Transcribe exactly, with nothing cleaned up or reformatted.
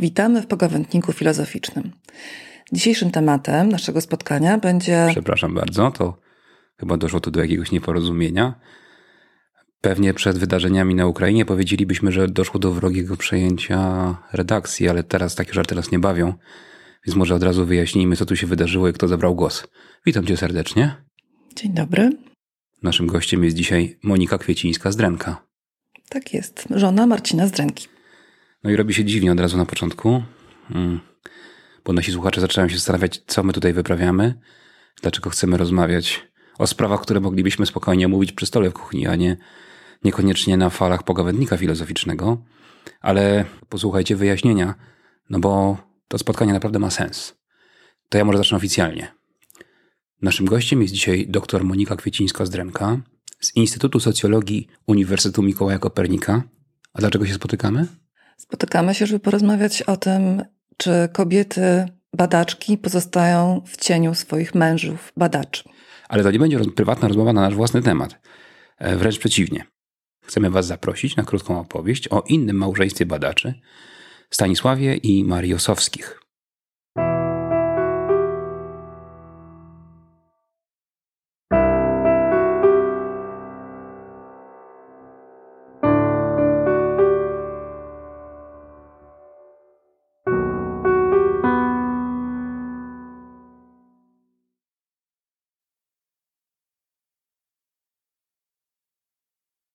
Witamy w pogawędniku filozoficznym. Dzisiejszym tematem naszego spotkania będzie... Przepraszam bardzo, to chyba doszło tu do jakiegoś nieporozumienia. Pewnie przed wydarzeniami na Ukrainie powiedzielibyśmy, że doszło do wrogiego przejęcia redakcji, ale teraz takie żarty nas nie bawią, więc może od razu wyjaśnijmy, co tu się wydarzyło i kto zabrał głos. Witam cię serdecznie. Dzień dobry. Naszym gościem jest dzisiaj Monika Kwiecińska-Zdrenka. Tak jest, żona Marcina Zdrenki. No i robi się dziwnie od razu na początku, bo nasi słuchacze zaczynają się zastanawiać, co my tutaj wyprawiamy, dlaczego chcemy rozmawiać o sprawach, które moglibyśmy spokojnie omówić przy stole w kuchni, a nie niekoniecznie na falach pogawędnika filozoficznego. Ale posłuchajcie wyjaśnienia, no bo to spotkanie naprawdę ma sens. To ja może zacznę oficjalnie. Naszym gościem jest dzisiaj dr Monika Kwiecińska-Zdrenka z Instytutu Socjologii Uniwersytetu Mikołaja Kopernika. A dlaczego się spotykamy? Spotykamy się, żeby porozmawiać o tym, czy kobiety badaczki pozostają w cieniu swoich mężów badaczy. Ale to nie będzie roz- prywatna rozmowa na nasz własny temat. Wręcz przeciwnie. Chcemy was zaprosić na krótką opowieść o innym małżeństwie badaczy, Stanisławie i Marii Ossowskich.